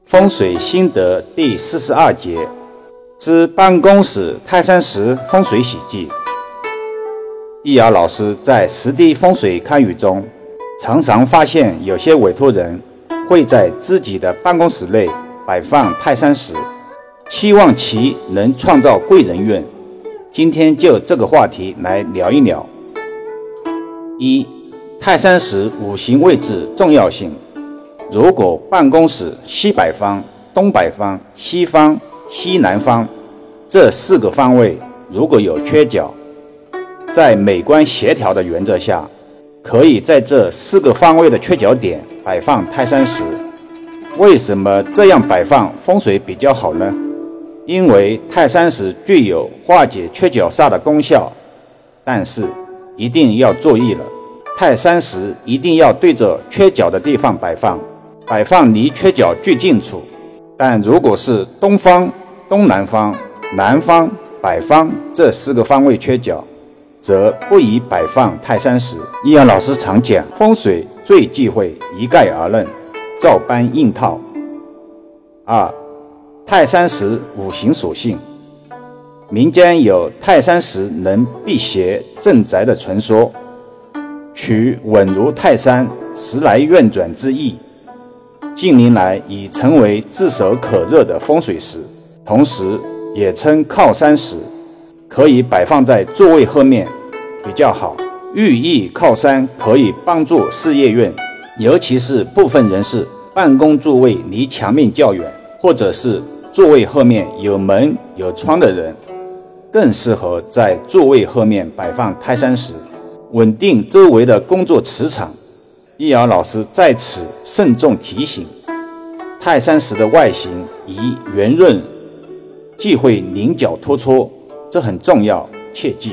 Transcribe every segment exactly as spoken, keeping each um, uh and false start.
风水心得第四十二节之办公室泰山石风水喜忌。易遥老师在实地风水堪舆中，常常发现有些委托人会在自己的办公室内摆放泰山石，期望其能创造贵人运。今天就这个话题来聊一聊。一、泰山石五行位置重要性。如果办公室西北方、东北方、西方、西南方这四个方位如果有缺角，在美观协调的原则下，可以在这四个方位的缺角点摆放泰山石。为什么这样摆放风水比较好呢？因为泰山石具有化解缺角煞的功效，但是一定要注意了，泰山石一定要对着缺角的地方摆放，摆放离缺角最近处。但如果是东方、东南方、南方、北方这四个方位缺角，则不宜摆放泰山石。易遥老师常讲，风水最忌讳一概而论，照搬硬套。二、泰山石五行属性。民间有泰山石能辟邪镇宅的传说，取稳如泰山，时来运转之意。近年来已成为炙手可热的风水石，同时也称靠山石，可以摆放在座位后面比较好，寓意靠山可以帮助事业运，尤其是部分人士办公座位离墙面较远，或者是座位后面有门有窗的人，更适合在座位后面摆放泰山石，稳定周围的工作磁场。易遥老师在此慎重提醒，泰山石的外形宜圆润，忌讳棱角突出，这很重要，切记。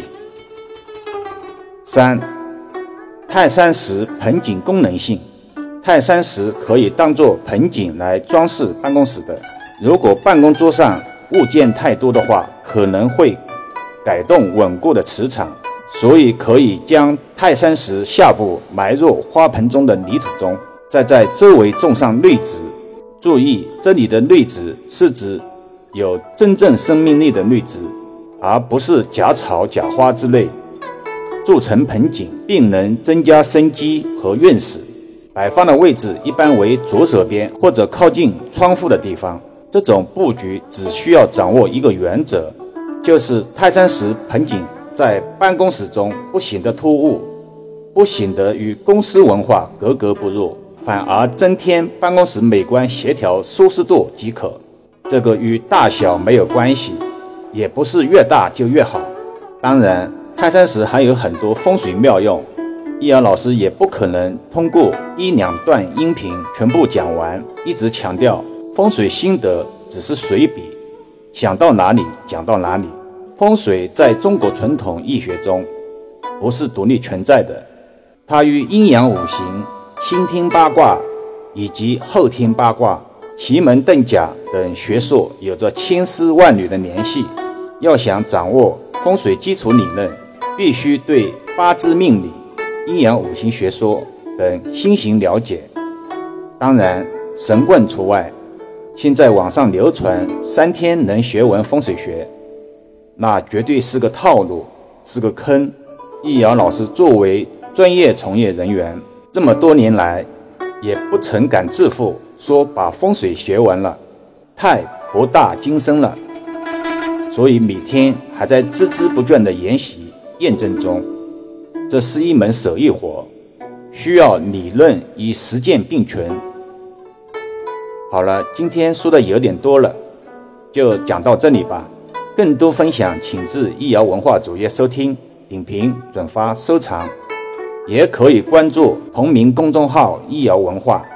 三、泰山石盆景功能性。泰山石可以当作盆景来装饰办公室的，如果办公桌上物件太多的话，可能会改动稳固的磁场，所以可以将泰山石下部埋入花盆中的泥土中，再在周围种上绿植。注意，这里的绿植是指有真正生命力的绿植，而不是假草假花之类，筑成盆景，并能增加生机和运势。摆放的位置一般为左手边或者靠近窗户的地方。这种布局只需要掌握一个原则，就是泰山石盆景在办公室中不显得突兀，不显得与公司文化格格不入，反而增添办公室美观协调舒适度即可。这个与大小没有关系，也不是越大就越好。当然，泰山石还有很多风水妙用，易遥老师也不可能通过一两段音频全部讲完，一直强调风水心得只是随笔，想到哪里讲到哪里。风水在中国传统易学中不是独立存在的，它与阴阳五行、先天八卦以及后天八卦、奇门遁甲等学说有着千丝万缕的联系。要想掌握风水基础理论，必须对八字命理、阴阳五行学说等新型了解，当然神棍除外。现在网上流传三天能学完风水学，那绝对是个套路，是个坑。易遥老师作为专业从业人员，这么多年来也不曾敢自负说把风水学完了，太博大精深了，所以每天还在孜孜不倦的研习验证中。这是一门手艺活，需要理论与实践并存。好了，今天说的有点多了，就讲到这里吧。更多分享请至易遥文化主页收听、点评、转发、收藏，也可以关注同名公众号易遥文化。